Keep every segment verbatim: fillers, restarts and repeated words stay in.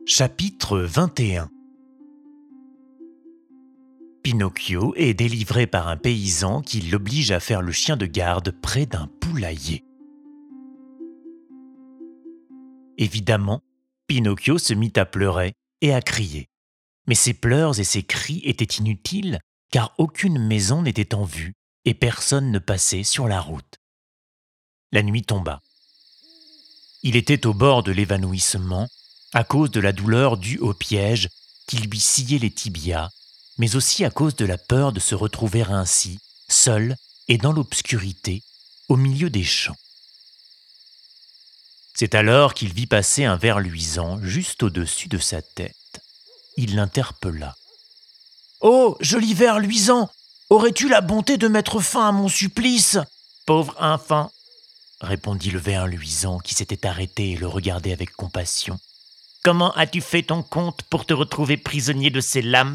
Chapitre vingt et un. Pinocchio est délivré par un paysan qui l'oblige à faire le chien de garde près d'un poulailler. Évidemment, Pinocchio se mit à pleurer et à crier. Mais ses pleurs et ses cris étaient inutiles car aucune maison n'était en vue et personne ne passait sur la route. La nuit tomba. Il était au bord de l'évanouissement à cause de la douleur due au piège qui lui sciait les tibias, mais aussi à cause de la peur de se retrouver ainsi, seul et dans l'obscurité, au milieu des champs. C'est alors qu'il vit passer un ver luisant juste au-dessus de sa tête. Il l'interpella. « Oh, joli ver luisant, aurais-tu la bonté de mettre fin à mon supplice ?»« Pauvre enfant !» répondit le ver luisant qui s'était arrêté et le regardait avec compassion. « Comment as-tu fait ton compte pour te retrouver prisonnier de ces lames ?»«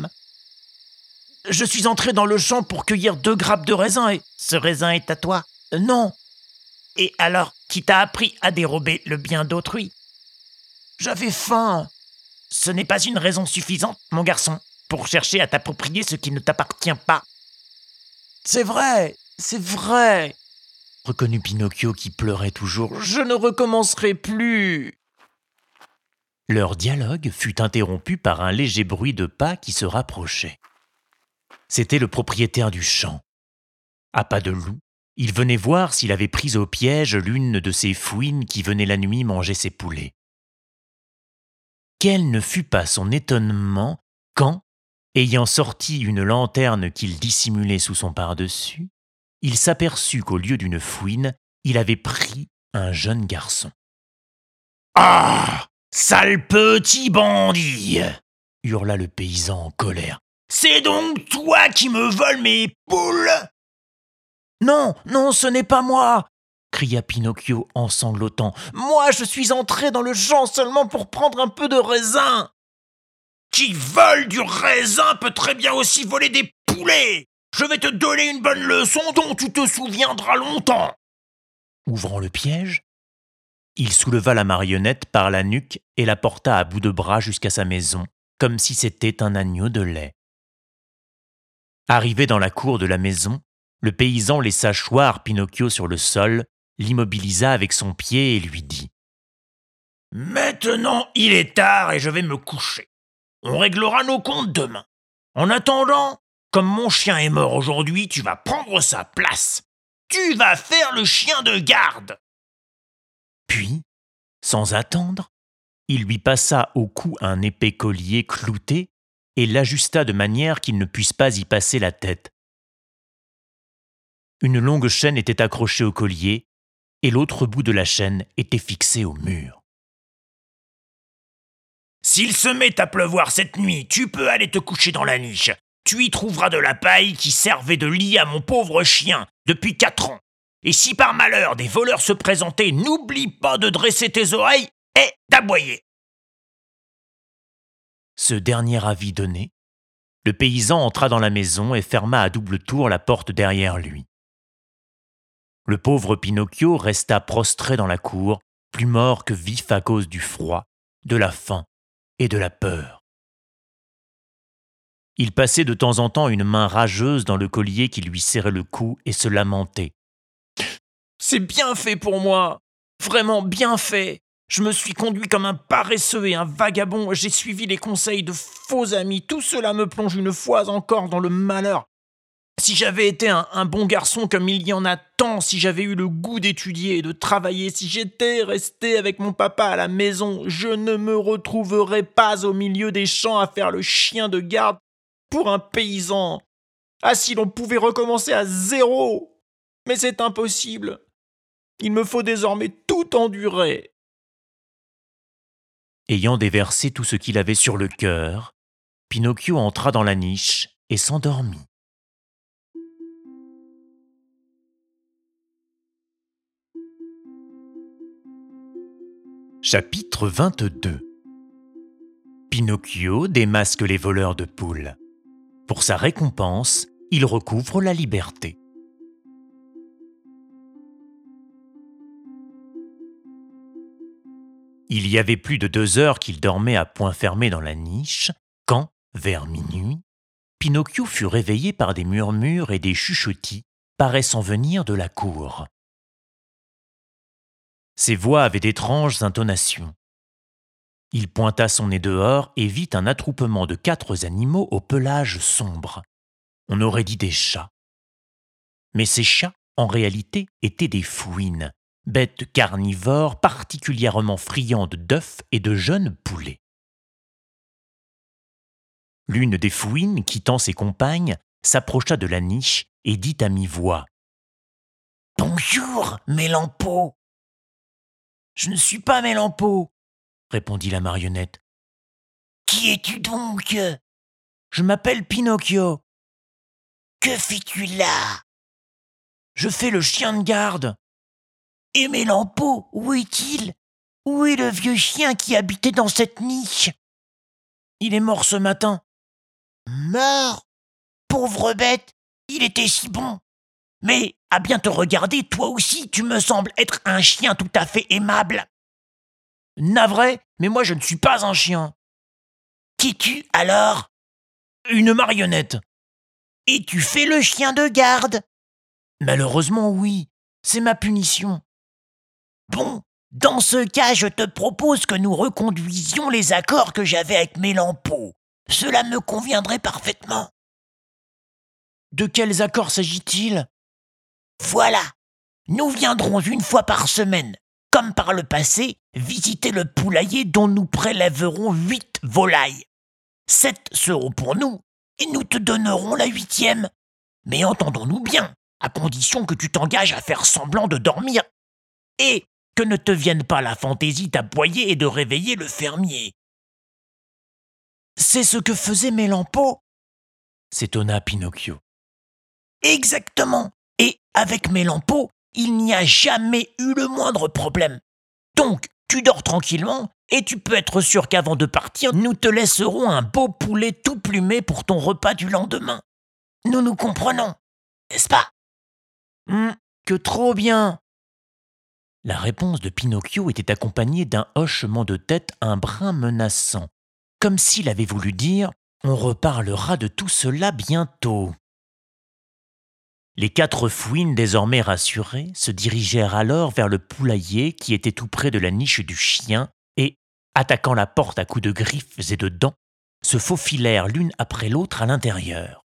Je suis entré dans le champ pour cueillir deux grappes de raisin et... »« Ce raisin est à toi ?»« Non. »« Et alors, qui t'a appris à dérober le bien d'autrui ?»« J'avais faim. »« Ce n'est pas une raison suffisante, mon garçon, pour chercher à t'approprier ce qui ne t'appartient pas. »« C'est vrai, c'est vrai !» reconnut Pinocchio qui pleurait toujours. « Je ne recommencerai plus !» Leur dialogue fut interrompu par un léger bruit de pas qui se rapprochait. C'était le propriétaire du champ. À pas de loup, il venait voir s'il avait pris au piège l'une de ces fouines qui venaient la nuit manger ses poulets. Quel ne fut pas son étonnement quand, ayant sorti une lanterne qu'il dissimulait sous son pardessus, il s'aperçut qu'au lieu d'une fouine, il avait pris un jeune garçon. « Ah ! Sale petit bandit !» hurla le paysan en colère. « C'est donc toi qui me voles mes poules ?»« Non, non, ce n'est pas moi !» cria Pinocchio en sanglotant. « Moi, je suis entré dans le champ seulement pour prendre un peu de raisin !»« Qui vole du raisin peut très bien aussi voler des poulets ! Je vais te donner une bonne leçon dont tu te souviendras longtemps !» Ouvrant le piège, il souleva la marionnette par la nuque et la porta à bout de bras jusqu'à sa maison, comme si c'était un agneau de lait. Arrivé dans la cour de la maison, le paysan laissa choir Pinocchio sur le sol, l'immobilisa avec son pied et lui dit « Maintenant, il est tard et je vais me coucher. On réglera nos comptes demain. En attendant, comme mon chien est mort aujourd'hui, tu vas prendre sa place. Tu vas faire le chien de garde. » Puis, sans attendre, il lui passa au cou un épais collier clouté et l'ajusta de manière qu'il ne puisse pas y passer la tête. Une longue chaîne était accrochée au collier et l'autre bout de la chaîne était fixé au mur. « S'il se met à pleuvoir cette nuit, tu peux aller te coucher dans la niche. Tu y trouveras de la paille qui servait de lit à mon pauvre chien depuis quatre ans. Et si par malheur des voleurs se présentaient, n'oublie pas de dresser tes oreilles et d'aboyer. » Ce dernier avis donné, le paysan entra dans la maison et ferma à double tour la porte derrière lui. Le pauvre Pinocchio resta prostré dans la cour, plus mort que vif à cause du froid, de la faim et de la peur. Il passait de temps en temps une main rageuse dans le collier qui lui serrait le cou et se lamentait. « C'est bien fait pour moi, vraiment bien fait. Je me suis conduit comme un paresseux et un vagabond. J'ai suivi les conseils de faux amis. Tout cela me plonge une fois encore dans le malheur. Si j'avais été un, un bon garçon comme il y en a tant, si j'avais eu le goût d'étudier et de travailler, si j'étais resté avec mon papa à la maison, je ne me retrouverais pas au milieu des champs à faire le chien de garde pour un paysan. Ah, si l'on pouvait recommencer à zéro! Mais c'est impossible. Il me faut désormais tout endurer. » Ayant déversé tout ce qu'il avait sur le cœur, Pinocchio entra dans la niche et s'endormit. Chapitre vingt-deux. Pinocchio démasque les voleurs de poules. Pour sa récompense, il recouvre la liberté. Il y avait plus de deux heures qu'il dormait à poing fermé dans la niche, quand, vers minuit, Pinocchio fut réveillé par des murmures et des chuchotis paraissant venir de la cour. Ces voix avaient d'étranges intonations. Il pointa son nez dehors et vit un attroupement de quatre animaux au pelage sombre. On aurait dit des chats. Mais ces chats, en réalité, étaient des fouines, bêtes carnivores particulièrement friandes d'œufs et de jeunes poulets. L'une des fouines, quittant ses compagnes, s'approcha de la niche et dit à mi-voix : « Bonjour, Mélampo !»« Je ne suis pas Mélampo !» répondit la marionnette. « Qui es-tu donc ? » ?»« Je m'appelle Pinocchio. »« Que fais-tu là ? » ?»« Je fais le chien de garde. »« Et Mélampo, où est-il ? Où est le vieux chien qui habitait dans cette niche ? » ?»« Il est mort ce matin. »« Mort ? Pauvre bête, il était si bon. Mais à bien te regarder, toi aussi, tu me sembles être un chien tout à fait aimable. »« Navré, mais moi je ne suis pas un chien. »« Qu'es-tu alors ? » ?»« Une marionnette. »« Et tu fais le chien de garde ? » ?»« Malheureusement, oui. C'est ma punition. »« Bon, dans ce cas, je te propose que nous reconduisions les accords que j'avais avec Mélampo. Cela me conviendrait parfaitement. »« De quels accords s'agit-il ? » ?»« Voilà. Nous viendrons une fois par semaine, comme par le passé, visiter le poulailler dont nous prélèverons huit volailles. Sept seront pour nous, et nous te donnerons la huitième. Mais entendons-nous bien, à condition que tu t'engages à faire semblant de dormir, et que ne te vienne pas la fantaisie d'aboyer et de réveiller le fermier. »« C'est ce que faisait Mélampo ?» s'étonna Pinocchio. « Exactement. Et avec Mélampo, il n'y a jamais eu le moindre problème. Donc, tu dors tranquillement et tu peux être sûr qu'avant de partir, nous te laisserons un beau poulet tout plumé pour ton repas du lendemain. Nous nous comprenons, n'est-ce pas ? » Hum, que trop bien ! La réponse de Pinocchio était accompagnée d'un hochement de tête un brin menaçant, comme s'il avait voulu dire « On reparlera de tout cela bientôt ». Les quatre fouines, désormais rassurées, se dirigèrent alors vers le poulailler qui était tout près de la niche du chien et, attaquant la porte à coups de griffes et de dents, se faufilèrent l'une après l'autre à l'intérieur.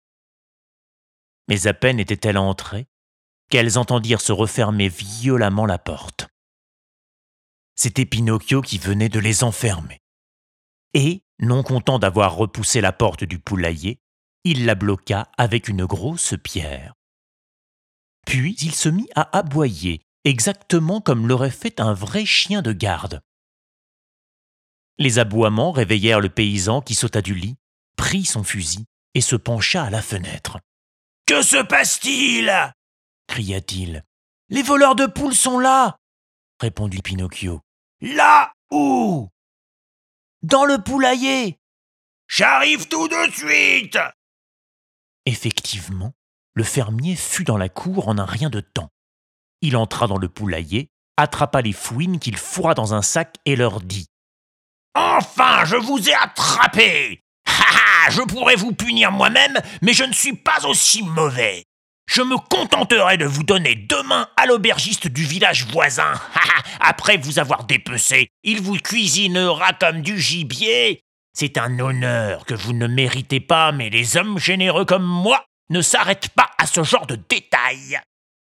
Mais à peine étaient-elles entrées qu'elles entendirent se refermer violemment la porte. C'était Pinocchio qui venait de les enfermer. Et, non content d'avoir repoussé la porte du poulailler, il la bloqua avec une grosse pierre. Puis il se mit à aboyer, exactement comme l'aurait fait un vrai chien de garde. Les aboiements réveillèrent le paysan qui sauta du lit, prit son fusil et se pencha à la fenêtre. « Que se passe-t-il » cria-t-il. « Les voleurs de poules sont là » répondit Pinocchio. « Là où ?»« Dans le poulailler !»« J'arrive tout de suite !» Effectivement, le fermier fut dans la cour en un rien de temps. Il entra dans le poulailler, attrapa les fouines qu'il fourra dans un sac et leur dit « Enfin, je vous ai attrapés ! Ha ha, je pourrais vous punir moi-même, mais je ne suis pas aussi mauvais. Je me contenterai de vous donner demain à l'aubergiste du village voisin. Ha ha, après vous avoir dépecé, il vous cuisinera comme du gibier. C'est un honneur que vous ne méritez pas, mais les hommes généreux comme moi ne s'arrêtent pas à ce genre de détails. »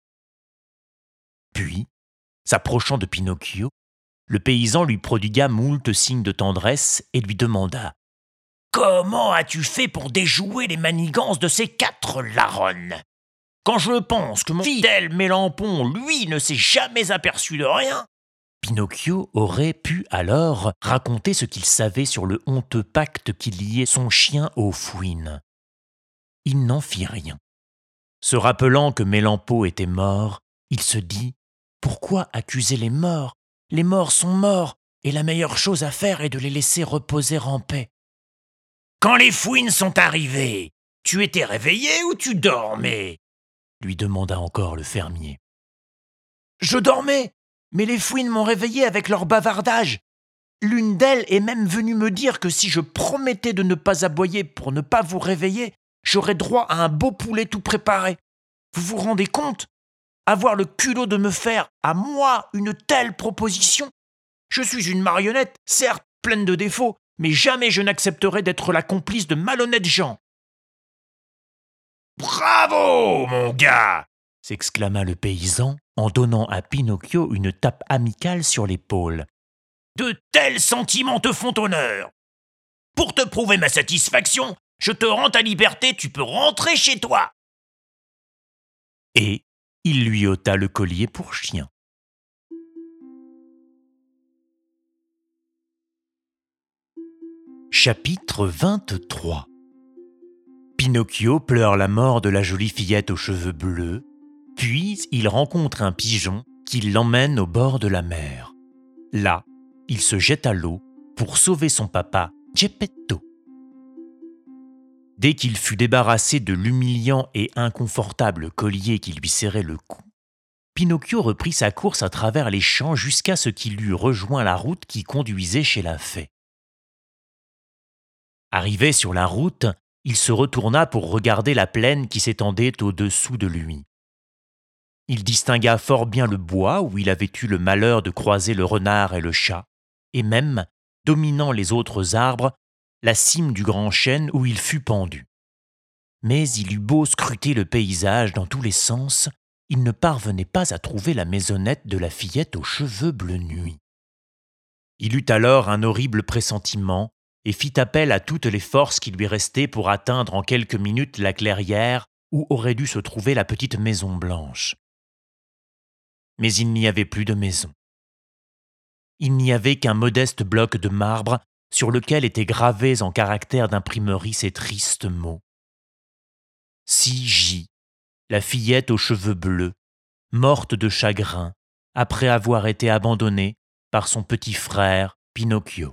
Puis, s'approchant de Pinocchio, le paysan lui prodigua moult signes de tendresse et lui demanda « Comment as-tu fait pour déjouer les manigances de ces quatre larronnes ? Quand je pense que mon fidèle Mélampon, lui, ne s'est jamais aperçu de rien. » Pinocchio aurait pu alors raconter ce qu'il savait sur le honteux pacte qui liait son chien aux fouines. Il n'en fit rien. Se rappelant que Mélampo était mort, il se dit « Pourquoi accuser les morts ? Les morts sont morts, et la meilleure chose à faire est de les laisser reposer en paix. » « Quand les fouines sont arrivées, tu étais réveillé ou tu dormais ?» lui demanda encore le fermier. « Je dormais, mais les fouines m'ont réveillé avec leur bavardage. L'une d'elles est même venue me dire que si je promettais de ne pas aboyer pour ne pas vous réveiller, j'aurais droit à un beau poulet tout préparé. Vous vous rendez compte ? Avoir le culot de me faire, à moi, une telle proposition ? Je suis une marionnette, certes pleine de défauts, mais jamais je n'accepterai d'être la complice de malhonnêtes gens. « Bravo, mon gars !» s'exclama le paysan en donnant à Pinocchio une tape amicale sur l'épaule. « De tels sentiments te font honneur. Pour te prouver ma satisfaction, je te rends ta liberté, tu peux rentrer chez toi. » Et il lui ôta le collier pour chien. Chapitre vingt-trois. Pinocchio pleure la mort de la jolie fillette aux cheveux bleus, puis il rencontre un pigeon qui l'emmène au bord de la mer. Là, il se jette à l'eau pour sauver son papa, Geppetto. Dès qu'il fut débarrassé de l'humiliant et inconfortable collier qui lui serrait le cou, Pinocchio reprit sa course à travers les champs jusqu'à ce qu'il eût rejoint la route qui conduisait chez la fée. Arrivé sur la route, il se retourna pour regarder la plaine qui s'étendait au-dessous de lui. Il distingua fort bien le bois où il avait eu le malheur de croiser le renard et le chat, et même, dominant les autres arbres, la cime du grand chêne où il fut pendu. Mais il eut beau scruter le paysage dans tous les sens, il ne parvenait pas à trouver la maisonnette de la fillette aux cheveux bleu nuit. Il eut alors un horrible pressentiment et fit appel à toutes les forces qui lui restaient pour atteindre en quelques minutes la clairière où aurait dû se trouver la petite maison blanche. Mais il n'y avait plus de maison. Il n'y avait qu'un modeste bloc de marbre sur lequel étaient gravés en caractères d'imprimerie ces tristes mots. Si J, la fillette aux cheveux bleus, morte de chagrin, après avoir été abandonnée par son petit frère Pinocchio.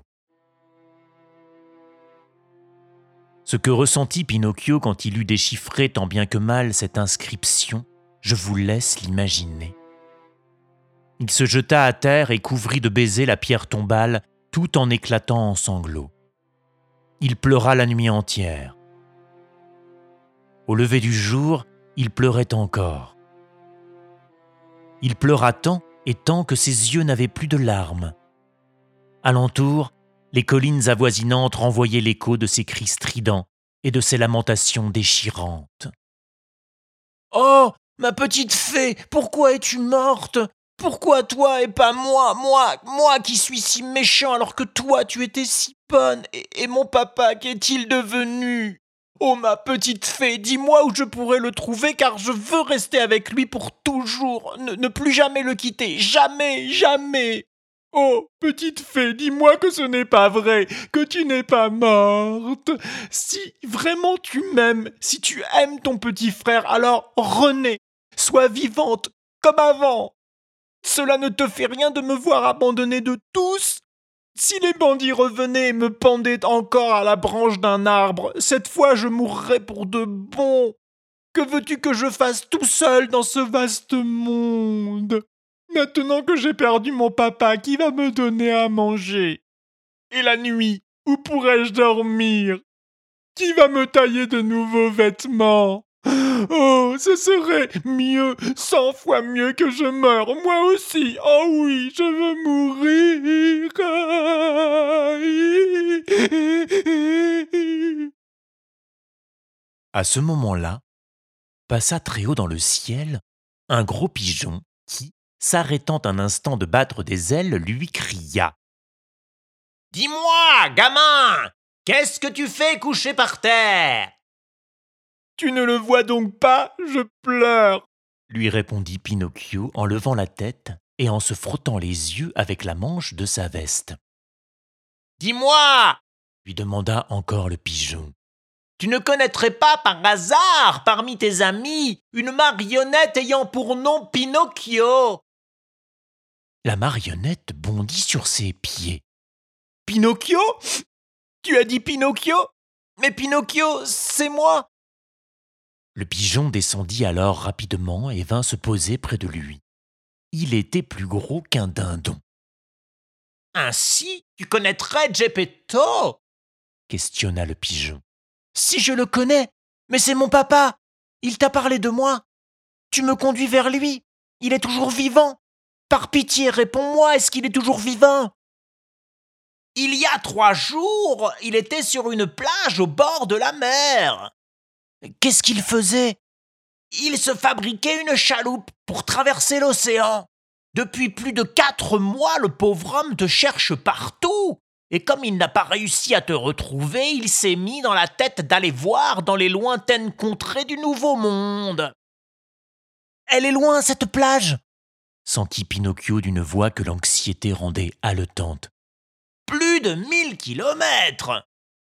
Ce que ressentit Pinocchio quand il eut déchiffré tant bien que mal cette inscription, je vous laisse l'imaginer. Il se jeta à terre et couvrit de baisers la pierre tombale, tout en éclatant en sanglots. Il pleura la nuit entière. Au lever du jour, il pleurait encore. Il pleura tant et tant que ses yeux n'avaient plus de larmes. Alentour, les collines avoisinantes renvoyaient l'écho de ses cris stridents et de ses lamentations déchirantes. « Oh, ma petite fée, pourquoi es-tu morte ? Pourquoi toi et pas moi, moi, moi qui suis si méchant alors que toi tu étais si bonne et, et mon papa, qu'est-il devenu ? Oh ma petite fée, dis-moi où je pourrais le trouver car je veux rester avec lui pour toujours, ne, ne plus jamais le quitter, jamais, jamais !» Oh, petite fée, dis-moi que ce n'est pas vrai, que tu n'es pas morte. Si vraiment tu m'aimes, si tu aimes ton petit frère, alors renais, sois vivante comme avant. Cela ne te fait rien de me voir abandonnée de tous ? Si les bandits revenaient et me pendaient encore à la branche d'un arbre, cette fois je mourrais pour de bon. Que veux-tu que je fasse tout seul dans ce vaste monde ? Maintenant que j'ai perdu mon papa, qui va me donner à manger ? Et la nuit, où pourrais-je dormir ? Qui va me tailler de nouveaux vêtements ? Oh, ce serait mieux, cent fois mieux que je meure, moi aussi. Oh oui, je veux mourir. À ce moment-là, passa très haut dans le ciel un gros pigeon qui, s'arrêtant un instant de battre des ailes, lui cria : « Dis-moi, gamin, qu'est-ce que tu fais couché par terre ? » « Tu ne le vois donc pas, je pleure !» lui répondit Pinocchio en levant la tête et en se frottant les yeux avec la manche de sa veste. « Dis-moi !» lui demanda encore le pigeon. « Tu ne connaîtrais pas par hasard, parmi tes amis, une marionnette ayant pour nom Pinocchio ?» La marionnette bondit sur ses pieds. « Pinocchio ? Tu as dit Pinocchio ? Mais Pinocchio, c'est moi !» Le pigeon descendit alors rapidement et vint se poser près de lui. Il était plus gros qu'un dindon. Ainsi, tu connaîtrais Geppetto ?» questionna le pigeon. « Si je le connais, mais c'est mon papa. Il t'a parlé de moi. Tu me conduis vers lui. Il est toujours vivant. Par pitié, réponds-moi, est-ce qu'il est toujours vivant ?» « Il y a trois jours, il était sur une plage au bord de la mer. »« Qu'est-ce qu'il faisait ?»« Il se fabriquait une chaloupe pour traverser l'océan. Depuis plus de quatre mois, le pauvre homme te cherche partout. Et comme il n'a pas réussi à te retrouver, il s'est mis dans la tête d'aller voir dans les lointaines contrées du Nouveau Monde. »« Elle est loin, cette plage !» sentit Pinocchio d'une voix que l'anxiété rendait haletante. « Plus de mille kilomètres !»«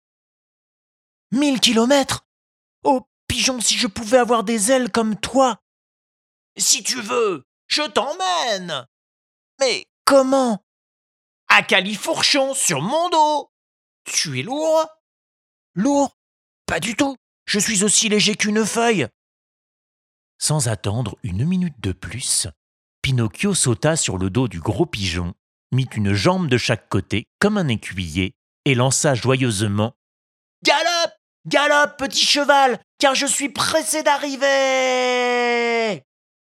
Mille kilomètres ? Oh, pigeon, si je pouvais avoir des ailes comme toi !»« Si tu veux, je t'emmène !»« Mais comment ?»« À califourchon, sur mon dos !»« Tu es lourd ?»« Lourd ? Pas du tout, je suis aussi léger qu'une feuille. » Sans attendre une minute de plus, Pinocchio sauta sur le dos du gros pigeon, mit une jambe de chaque côté comme un écuyer et lança joyeusement « Galope, galope, petit cheval, car je suis pressé d'arriver !»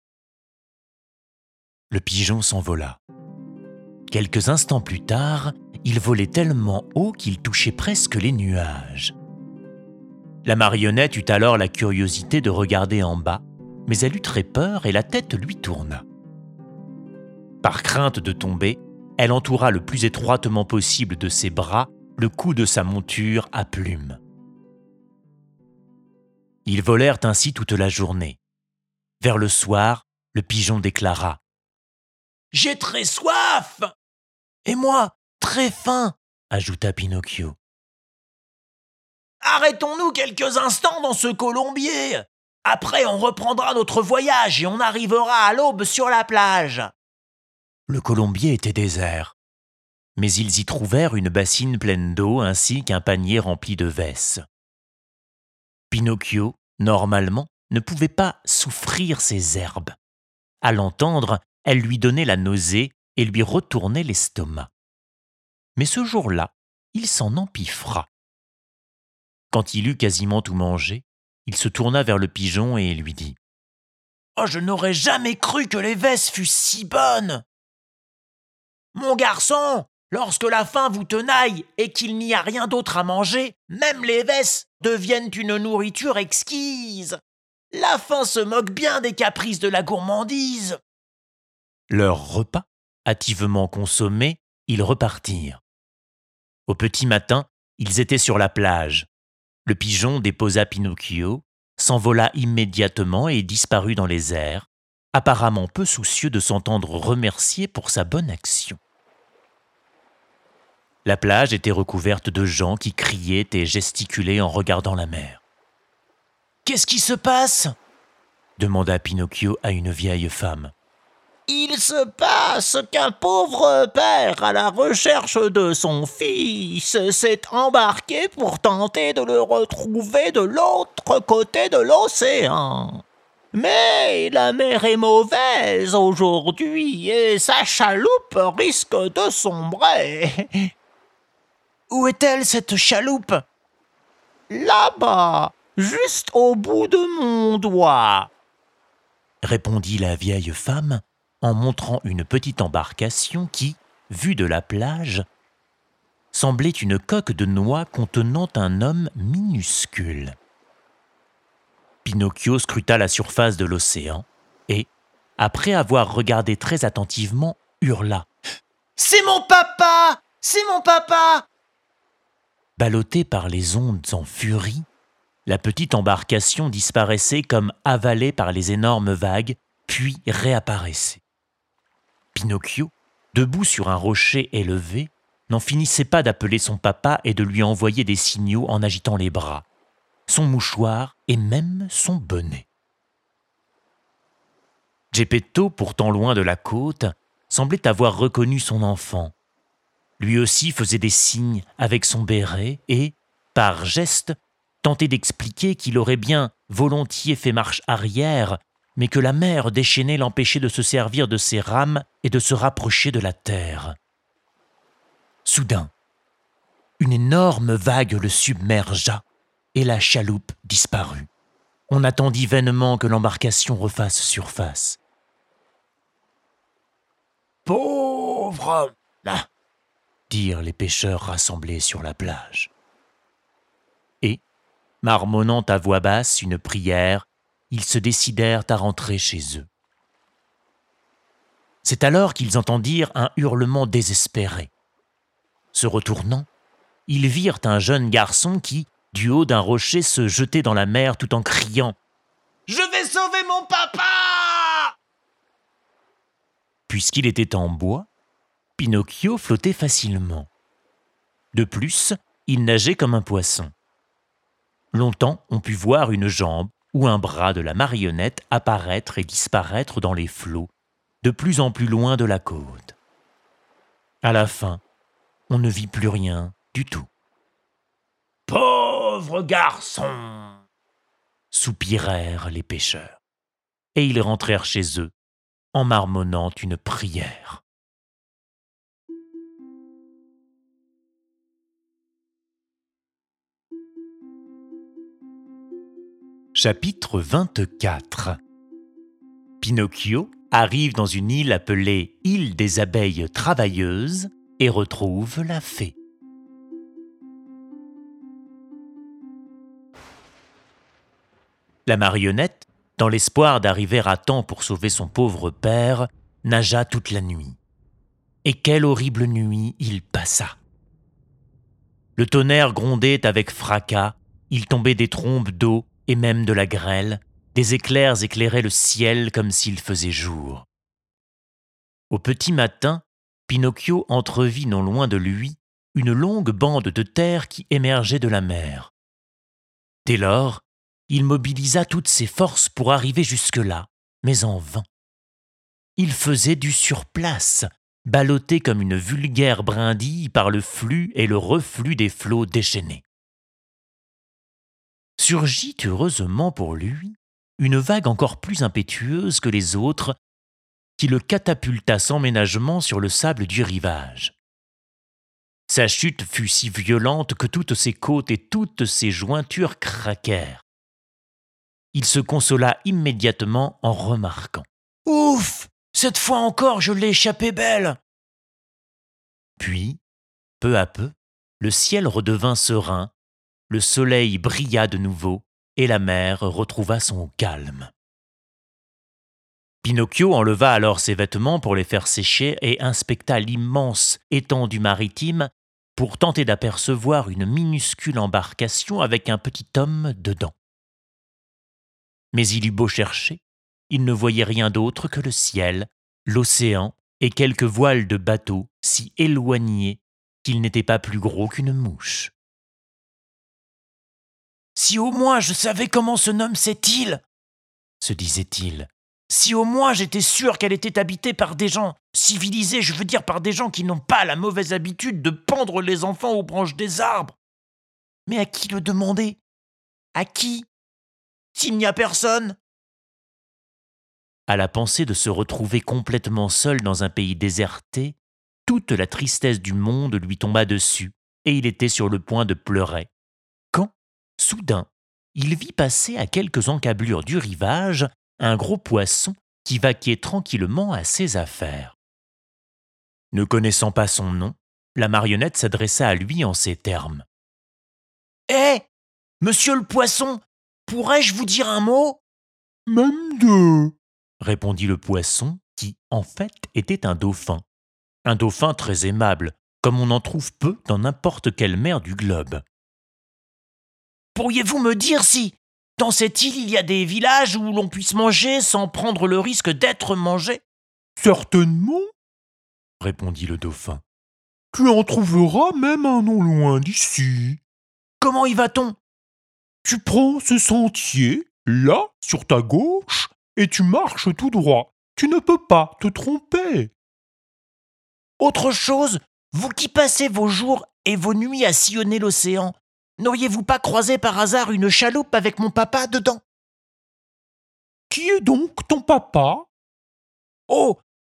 Le pigeon s'envola. Quelques instants plus tard, il volait tellement haut qu'il touchait presque les nuages. La marionnette eut alors la curiosité de regarder en bas, mais elle eut très peur et la tête lui tourna. Par crainte de tomber, elle entoura le plus étroitement possible de ses bras le cou de sa monture à plumes. Ils volèrent ainsi toute la journée. Vers le soir, le pigeon déclara « J'ai très soif !»« Et moi, très faim !» ajouta Pinocchio. « Arrêtons-nous quelques instants dans ce colombier. Après, on reprendra notre voyage et on arrivera à l'aube sur la plage. » Le colombier était désert, mais ils y trouvèrent une bassine pleine d'eau ainsi qu'un panier rempli de vesses. Pinocchio, normalement, ne pouvait pas souffrir ces herbes. À l'entendre, elles lui donnaient la nausée et lui retournaient l'estomac. Mais ce jour-là, il s'en empiffra. Quand il eut quasiment tout mangé, il se tourna vers le pigeon et lui dit « Oh, je n'aurais jamais cru que les vesses fussent si bonnes !»« Mon garçon, lorsque la faim vous tenaille et qu'il n'y a rien d'autre à manger, même les vesses deviennent une nourriture exquise. La faim se moque bien des caprices de la gourmandise. » Leur repas, hâtivement consommé, ils repartirent. Au petit matin, ils étaient sur la plage. Le pigeon déposa Pinocchio, s'envola immédiatement et disparut dans les airs, apparemment peu soucieux de s'entendre remercier pour sa bonne action. La plage était recouverte de gens qui criaient et gesticulaient en regardant la mer. « Qu'est-ce qui se passe ?» demanda Pinocchio à une vieille femme. « Il se passe qu'un pauvre père à la recherche de son fils s'est embarqué pour tenter de le retrouver de l'autre côté de l'océan. Mais la mer est mauvaise aujourd'hui et sa chaloupe risque de sombrer. » « Où est-elle, cette chaloupe ?»« Là-bas, juste au bout de mon doigt, » répondit la vieille femme en montrant une petite embarcation qui, vue de la plage, semblait une coque de noix contenant un homme minuscule. Pinocchio scruta la surface de l'océan et, après avoir regardé très attentivement, hurla « C'est mon papa ! C'est mon papa !» Ballottée par les ondes en furie, la petite embarcation disparaissait comme avalée par les énormes vagues, puis réapparaissait. Pinocchio, debout sur un rocher élevé, n'en finissait pas d'appeler son papa et de lui envoyer des signaux en agitant les bras, son mouchoir et même son bonnet. Geppetto, pourtant loin de la côte, semblait avoir reconnu son enfant. Lui aussi faisait des signes avec son béret et, par geste, tentait d'expliquer qu'il aurait bien volontiers fait marche arrière, mais que la mer déchaînée l'empêchait de se servir de ses rames et de se rapprocher de la terre. Soudain, une énorme vague le submergea et la chaloupe disparut. On attendit vainement que l'embarcation refasse surface. « Pauvre !» dirent les pêcheurs rassemblés sur la plage. Et, marmonnant à voix basse une prière, ils se décidèrent à rentrer chez eux. C'est alors qu'ils entendirent un hurlement désespéré. Se retournant, ils virent un jeune garçon qui, du haut d'un rocher, se jetait dans la mer tout en criant « Je vais sauver mon papa !» Puisqu'il était en bois, Pinocchio flottait facilement. De plus, il nageait comme un poisson. Longtemps, on put voir une jambe ou un bras de la marionnette apparaître et disparaître dans les flots, de plus en plus loin de la côte. À la fin, on ne vit plus rien du tout. « Pauvre garçon !» soupirèrent les pêcheurs, et ils rentrèrent chez eux en marmonnant une prière. Chapitre vingt-quatre. Pinocchio arrive dans une île appelée île des abeilles travailleuses et retrouve la fée. La marionnette, dans l'espoir d'arriver à temps pour sauver son pauvre père, nagea toute la nuit. Et quelle horrible nuit il passa! Le tonnerre grondait avec fracas, il tombait des trombes d'eau et même de la grêle, des éclairs éclairaient le ciel comme s'il faisait jour. Au petit matin, Pinocchio entrevit non loin de lui une longue bande de terre qui émergeait de la mer. Dès lors, il mobilisa toutes ses forces pour arriver jusque-là, mais en vain. Il faisait du surplace, ballotté comme une vulgaire brindille par le flux et le reflux des flots déchaînés. Surgit heureusement pour lui une vague encore plus impétueuse que les autres qui le catapulta sans ménagement sur le sable du rivage. Sa chute fut si violente que toutes ses côtes et toutes ses jointures craquèrent. Il se consola immédiatement en remarquant « Ouf ! Cette fois encore, je l'ai échappé belle !» Puis, peu à peu, le ciel redevint serein, le soleil brilla de nouveau et la mer retrouva son calme. Pinocchio enleva alors ses vêtements pour les faire sécher et inspecta l'immense étendue maritime pour tenter d'apercevoir une minuscule embarcation avec un petit homme dedans. Mais il eut beau chercher, il ne voyait rien d'autre que le ciel, l'océan et quelques voiles de bateaux si éloignés qu'ils n'étaient pas plus gros qu'une mouche. « Si au moins je savais comment se nomme cette île !» se disait-il. « Si au moins j'étais sûr qu'elle était habitée par des gens civilisés, je veux dire par des gens qui n'ont pas la mauvaise habitude de pendre les enfants aux branches des arbres. Mais à qui le demander ? À qui ? S'il n'y a personne ?» À la pensée de se retrouver complètement seul dans un pays déserté, toute la tristesse du monde lui tomba dessus et il était sur le point de pleurer. Quand, soudain, il vit passer à quelques encablures du rivage un gros poisson qui vaquait tranquillement à ses affaires. Ne connaissant pas son nom, la marionnette s'adressa à lui en ces termes. « Hé, monsieur le poisson, pourrais-je vous dire un mot ?»« Même deux !» répondit le poisson, qui, en fait, était un dauphin. Un dauphin très aimable, comme on en trouve peu dans n'importe quelle mer du globe. « Pourriez-vous me dire si, dans cette île, il y a des villages où l'on puisse manger sans prendre le risque d'être mangé ?»« Certainement, » répondit le dauphin. « Tu en trouveras même un non loin d'ici. »« Comment y va-t-on ?»« Tu prends ce sentier, là, sur ta gauche, et tu marches tout droit. Tu ne peux pas te tromper. »« Autre chose, vous qui passez vos jours et vos nuits à sillonner l'océan, n'auriez-vous pas croisé par hasard une chaloupe avec mon papa dedans ? » « Qui est donc ton papa ?»« Oh,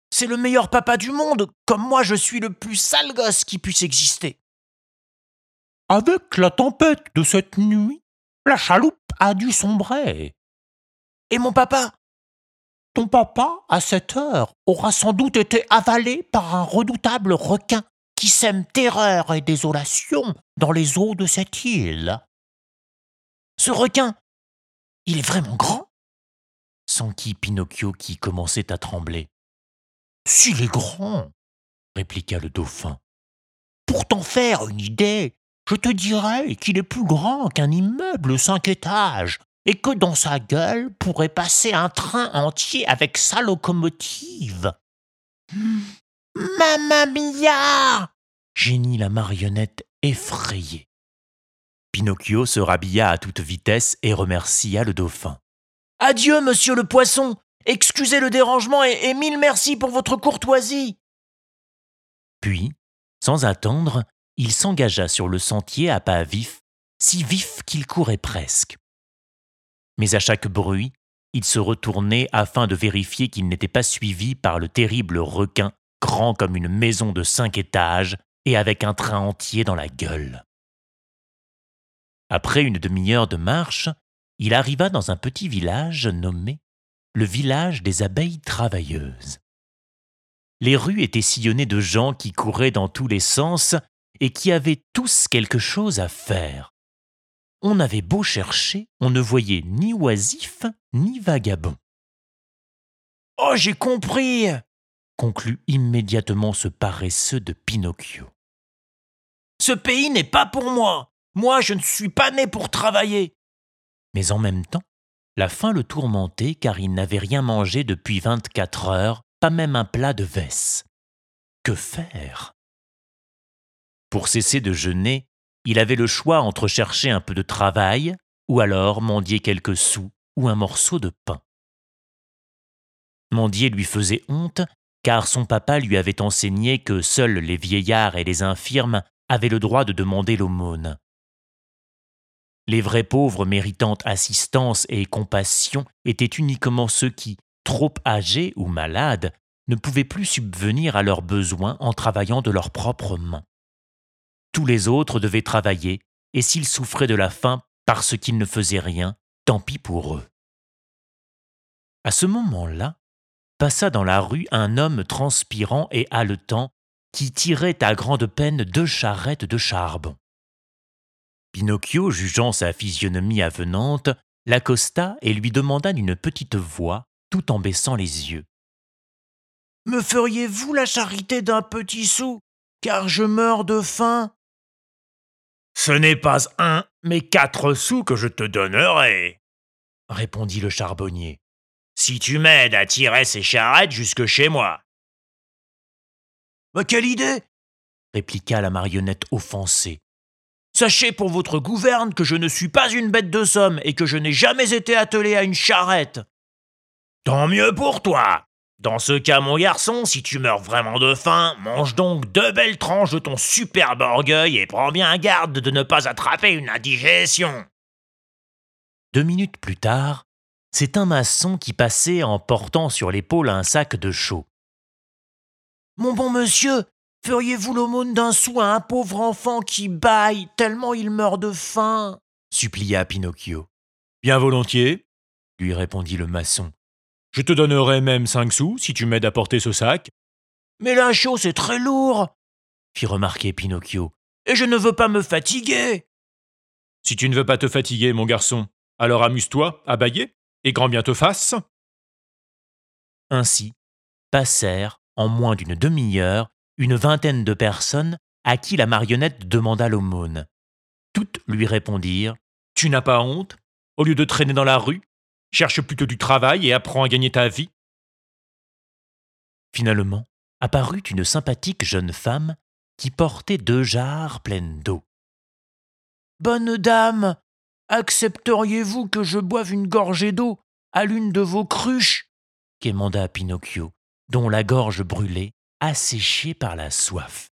C'est le meilleur papa du monde. Comme moi, je suis le plus sale gosse qui puisse exister. » Avec la tempête de cette nuit, la chaloupe a dû sombrer. Et mon papa? Ton papa, à cette heure, aura sans doute été avalé par un redoutable requin qui sème terreur et désolation dans les eaux de cette île. Ce requin, il est vraiment grand? S'enquit Pinocchio qui commençait à trembler. S'il est grand, répliqua le dauphin. Pour t'en faire une idée, je te dirais qu'il est plus grand qu'un immeuble cinq étages et que dans sa gueule pourrait passer un train entier avec sa locomotive. « Mamma mia !» gémit la marionnette effrayée. Pinocchio se rhabilla à toute vitesse et remercia le dauphin. « Adieu, monsieur le poisson! Excusez le dérangement et, et mille merci pour votre courtoisie !» Puis, sans attendre, il s'engagea sur le sentier à pas vifs, si vifs qu'il courait presque. Mais à chaque bruit, il se retournait afin de vérifier qu'il n'était pas suivi par le terrible requin, grand comme une maison de cinq étages et avec un train entier dans la gueule. Après une demi-heure de marche, il arriva dans un petit village nommé le village des abeilles travailleuses. Les rues étaient sillonnées de gens qui couraient dans tous les sens et qui avaient tous quelque chose à faire. On avait beau chercher, on ne voyait ni oisifs ni vagabonds. « Oh, j'ai compris !» conclut immédiatement ce paresseux de Pinocchio. « Ce pays n'est pas pour moi. Moi, je ne suis pas né pour travailler. » Mais en même temps, la faim le tourmentait car il n'avait rien mangé depuis vingt-quatre heures, pas même un plat de vesse. Que faire? Pour cesser de jeûner, il avait le choix entre chercher un peu de travail ou alors mendier quelques sous ou un morceau de pain. Mendier lui faisait honte car son papa lui avait enseigné que seuls les vieillards et les infirmes avaient le droit de demander l'aumône. Les vrais pauvres méritant assistance et compassion étaient uniquement ceux qui, trop âgés ou malades, ne pouvaient plus subvenir à leurs besoins en travaillant de leurs propres mains. Tous les autres devaient travailler, et s'ils souffraient de la faim parce qu'ils ne faisaient rien, tant pis pour eux. À ce moment-là, passa dans la rue un homme transpirant et haletant qui tirait à grande peine deux charrettes de charbon. Pinocchio, jugeant sa physionomie avenante, l'accosta et lui demanda d'une petite voix, tout en baissant les yeux. « Me feriez-vous la charité d'un petit sou, car je meurs de faim ?» ?»« Ce n'est pas un, mais quatre sous que je te donnerai, » répondit le charbonnier, « si tu m'aides à tirer ces charrettes jusque chez moi. »« Mais quelle idée !» répliqua la marionnette offensée. « Sachez pour votre gouverne que je ne suis pas une bête de somme et que je n'ai jamais été attelé à une charrette. »« Tant mieux pour toi. Dans ce cas, mon garçon, si tu meurs vraiment de faim, mange donc deux belles tranches de ton superbe orgueil et prends bien garde de ne pas attraper une indigestion. » Deux minutes plus tard, c'est un maçon qui passait en portant sur l'épaule un sac de chaux. « Mon bon monsieur, feriez-vous l'aumône d'un sou à un pauvre enfant qui bâille tellement il meurt de faim ?» supplia Pinocchio. « Bien volontiers, » lui répondit le maçon. « Je te donnerai même cinq sous si tu m'aides à porter ce sac. »« Mais la chaux, c'est très lourd, » fit remarquer Pinocchio, « et je ne veux pas me fatiguer. »« Si tu ne veux pas te fatiguer, mon garçon, alors amuse-toi à bâiller et grand bien te fasse. » Ainsi passèrent, en moins d'une demi-heure, une vingtaine de personnes à qui la marionnette demanda l'aumône. Toutes lui répondirent « Tu n'as pas honte? Au lieu de traîner dans la rue, cherche plutôt du travail et apprends à gagner ta vie. » Finalement, apparut une sympathique jeune femme qui portait deux jarres pleines d'eau. « Bonne dame, accepteriez-vous que je boive une gorgée d'eau à l'une de vos cruches ?» quémanda Pinocchio, dont la gorge brûlait, asséchée par la soif.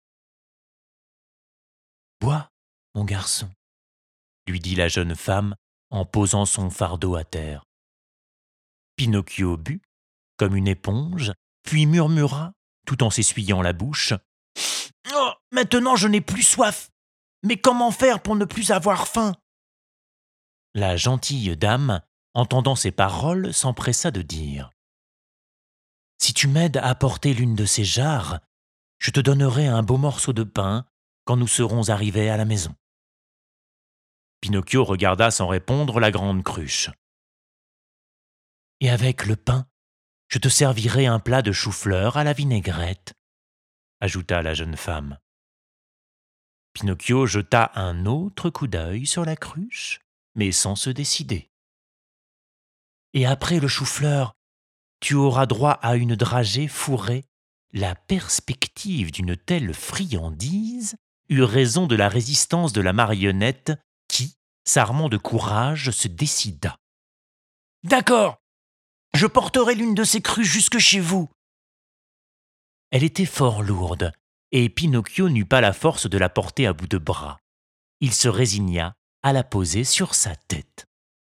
« Bois, mon garçon, » lui dit la jeune femme en posant son fardeau à terre. Pinocchio but, comme une éponge, puis murmura, tout en s'essuyant la bouche. « Oh, maintenant je n'ai plus soif. Mais comment faire pour ne plus avoir faim ?» La gentille dame, entendant ces paroles, s'empressa de dire « Si tu m'aides à apporter l'une de ces jarres, je te donnerai un beau morceau de pain quand nous serons arrivés à la maison. » Pinocchio regarda sans répondre la grande cruche. « Et avec le pain, je te servirai un plat de chou-fleur à la vinaigrette, » ajouta la jeune femme. Pinocchio jeta un autre coup d'œil sur la cruche, mais sans se décider. « Et après le chou-fleur, tu auras droit à une dragée fourrée. » La perspective d'une telle friandise eut raison de la résistance de la marionnette qui, s'armant de courage, se décida. « D'accord, je porterai l'une de ces cruches jusque chez vous. » Elle était fort lourde, et Pinocchio n'eut pas la force de la porter à bout de bras. Il se résigna à la poser sur sa tête.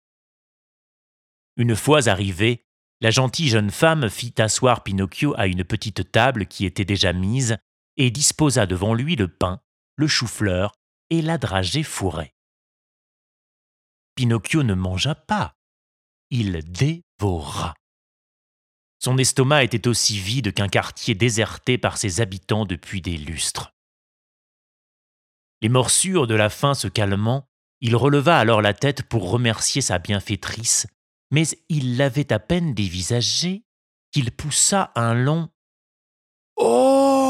Une fois arrivé, la gentille jeune femme fit asseoir Pinocchio à une petite table qui était déjà mise et disposa devant lui le pain, le chou-fleur et la dragée fourrée. Pinocchio ne mangea pas, il dévora. Son estomac était aussi vide qu'un quartier déserté par ses habitants depuis des lustres. Les morsures de la faim se calmant, il releva alors la tête pour remercier sa bienfaitrice, mais il l'avait à peine dévisagée qu'il poussa un long « Oh !»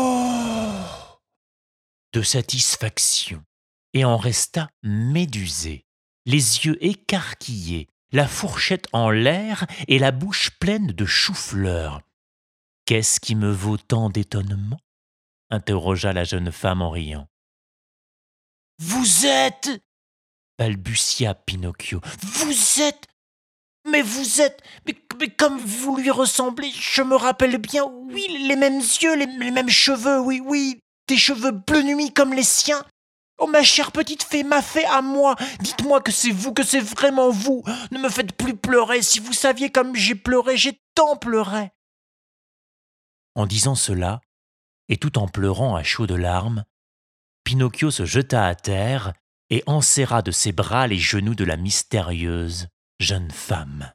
de satisfaction et en resta médusé, les yeux écarquillés, la fourchette en l'air et la bouche pleine de chou-fleur. « Qu'est-ce qui me vaut tant d'étonnement ?» interrogea la jeune femme en riant. « Vous êtes » balbutia Pinocchio. « Vous êtes Mais vous êtes... Mais, mais comme vous lui ressemblez, je me rappelle bien, oui, les mêmes yeux, les, les mêmes cheveux, oui, oui, des cheveux bleu nuit comme les siens. Oh, ma chère petite fée, ma fée à moi, dites-moi que c'est vous, que c'est vraiment vous. Ne me faites plus pleurer, si vous saviez comme j'ai pleuré, j'ai tant pleuré. » En disant cela, et tout en pleurant à chaudes larmes, Pinocchio se jeta à terre et enserra de ses bras les genoux de la mystérieuse jeune femme.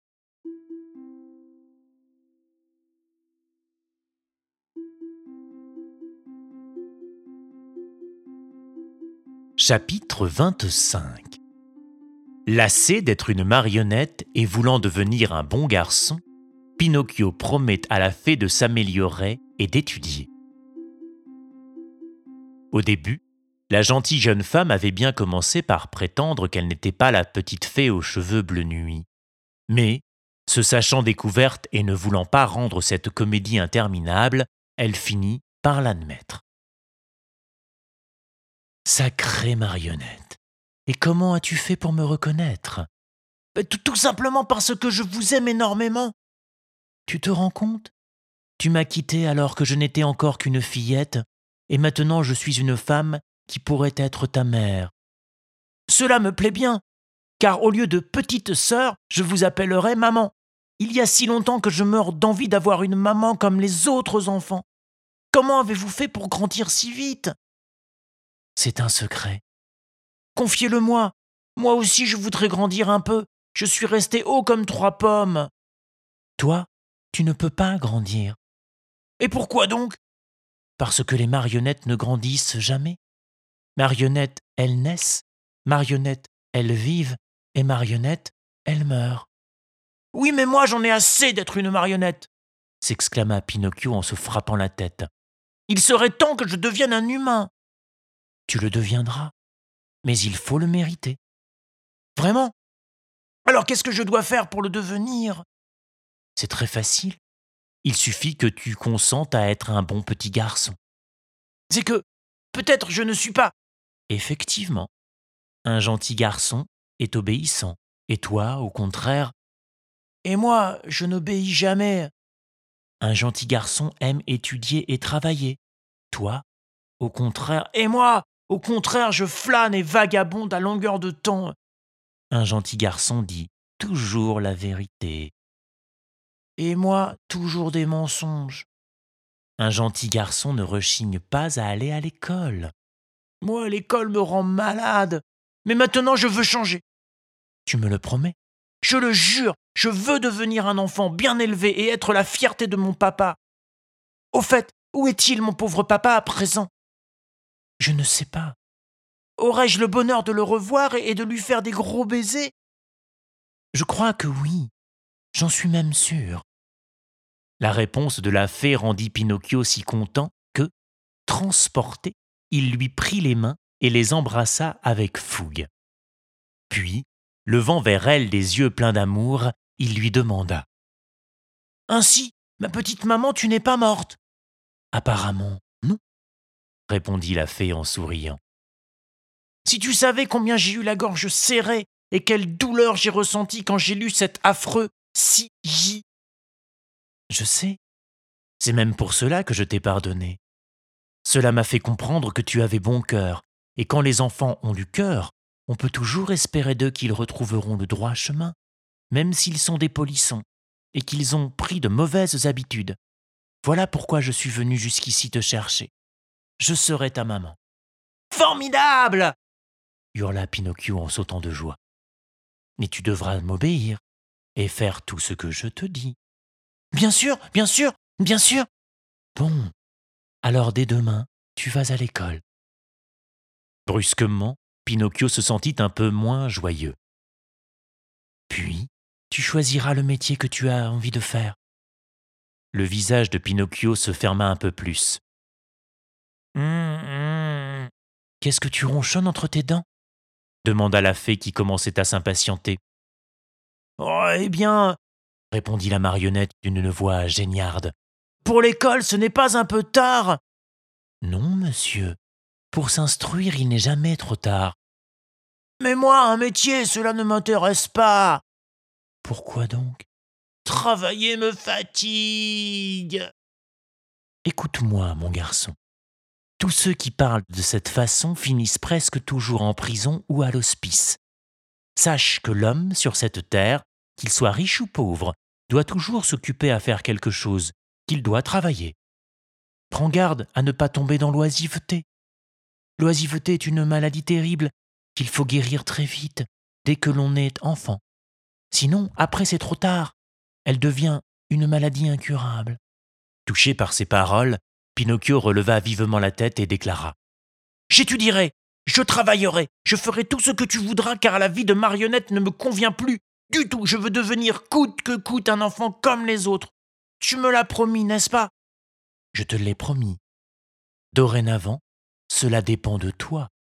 Chapitre vingt-cinq. Lassé d'être une marionnette et voulant devenir un bon garçon, Pinocchio promet à la fée de s'améliorer et d'étudier. Au début, la gentille jeune femme avait bien commencé par prétendre qu'elle n'était pas la petite fée aux cheveux bleu nuit. Mais, se sachant découverte et ne voulant pas rendre cette comédie interminable, elle finit par l'admettre. « Sacrée marionnette, et comment as-tu fait pour me reconnaître ?»« Tout, tout simplement parce que je vous aime énormément. »« Tu te rends compte ? Tu m'as quittée alors que je n'étais encore qu'une fillette, et maintenant je suis une femme qui pourrait être ta mère. Cela me plaît bien, car au lieu de petite sœur, je vous appellerai maman. Il y a si longtemps que je meurs d'envie d'avoir une maman comme les autres enfants. Comment avez-vous fait pour grandir si vite ? C'est un secret. Confiez-le-moi. Moi aussi je voudrais grandir un peu. Je suis resté haut comme trois pommes. Toi, tu ne peux pas grandir. Et pourquoi donc ? Parce que les marionnettes ne grandissent jamais. Marionnettes, elles naissent, marionnettes, elles vivent, et marionnettes, elles meurent. « Oui, mais moi j'en ai assez d'être une marionnette !» s'exclama Pinocchio en se frappant la tête. « Il serait temps que je devienne un humain !»« Tu le deviendras, mais il faut le mériter. »« Vraiment ? Alors qu'est-ce que je dois faire pour le devenir ?»« C'est très facile. Il suffit que tu consentes à être un bon petit garçon. »« C'est que, peut-être je ne suis pas... » Effectivement, un gentil garçon est obéissant, et toi, au contraire... Et moi, je n'obéis jamais. Un gentil garçon aime étudier et travailler. Toi, au contraire... Et moi, au contraire, je flâne et vagabonde à longueur de temps. Un gentil garçon dit toujours la vérité. Et moi, toujours des mensonges. Un gentil garçon ne rechigne pas à aller à l'école. Moi, l'école me rend malade. Mais maintenant, je veux changer. Tu me le promets? Je le jure, je veux devenir un enfant bien élevé et être la fierté de mon papa. Au fait, où est-il, mon pauvre papa, à présent? Je ne sais pas. Aurais-je le bonheur de le revoir et de lui faire des gros baisers? Je crois que oui. J'en suis même sûr. La réponse de la fée rendit Pinocchio si content que, transporté, il lui prit les mains et les embrassa avec fougue. Puis, levant vers elle des yeux pleins d'amour, il lui demanda « Ainsi, ma petite maman, tu n'es pas morte ?» ?»« Apparemment, non, » répondit la fée en souriant. « Si tu savais combien j'ai eu la gorge serrée et quelle douleur j'ai ressentie quand j'ai lu cet affreux « si j » !»« Je sais. C'est même pour cela que je t'ai pardonné. Cela m'a fait comprendre que tu avais bon cœur, et quand les enfants ont du cœur, on peut toujours espérer d'eux qu'ils retrouveront le droit chemin, même s'ils sont des polissons et qu'ils ont pris de mauvaises habitudes. Voilà pourquoi je suis venu jusqu'ici te chercher. Je serai ta maman. »« Formidable !» hurla Pinocchio en sautant de joie. « Mais tu devras m'obéir et faire tout ce que je te dis. »« Bien sûr, bien sûr, bien sûr !»« Bon, alors dès demain, tu vas à l'école. » Brusquement, Pinocchio se sentit un peu moins joyeux. « Puis, tu choisiras le métier que tu as envie de faire. » Le visage de Pinocchio se ferma un peu plus. mmh, mmh. « Qu'est-ce que tu ronchonnes entre tes dents ?» demanda la fée qui commençait à s'impatienter. « Oh, eh bien, » répondit la marionnette d'une voix géniarde. « pour l'école, ce n'est pas un peu tard ?» ?»« Non, monsieur. Pour s'instruire, il n'est jamais trop tard. »« Mais moi, un métier, cela ne m'intéresse pas. »« Pourquoi donc ? » ?»« Travailler me fatigue. » Écoute-moi, mon garçon. Tous ceux qui parlent de cette façon finissent presque toujours en prison ou à l'hospice. Sache que l'homme, sur cette terre, qu'il soit riche ou pauvre, doit toujours s'occuper à faire quelque chose, qu'il doit travailler. Prends garde à ne pas tomber dans l'oisiveté. L'oisiveté est une maladie terrible qu'il faut guérir très vite, dès que l'on est enfant. Sinon, après c'est trop tard. Elle devient une maladie incurable. Touché par ces paroles, Pinocchio releva vivement la tête et déclara « J'étudierai, je travaillerai, je ferai tout ce que tu voudras car la vie de marionnette ne me convient plus du tout. Je veux devenir coûte que coûte un enfant comme les autres. Tu me l'as promis, n'est-ce pas ?»« Je te l'ai promis. Dorénavant, cela dépend de toi.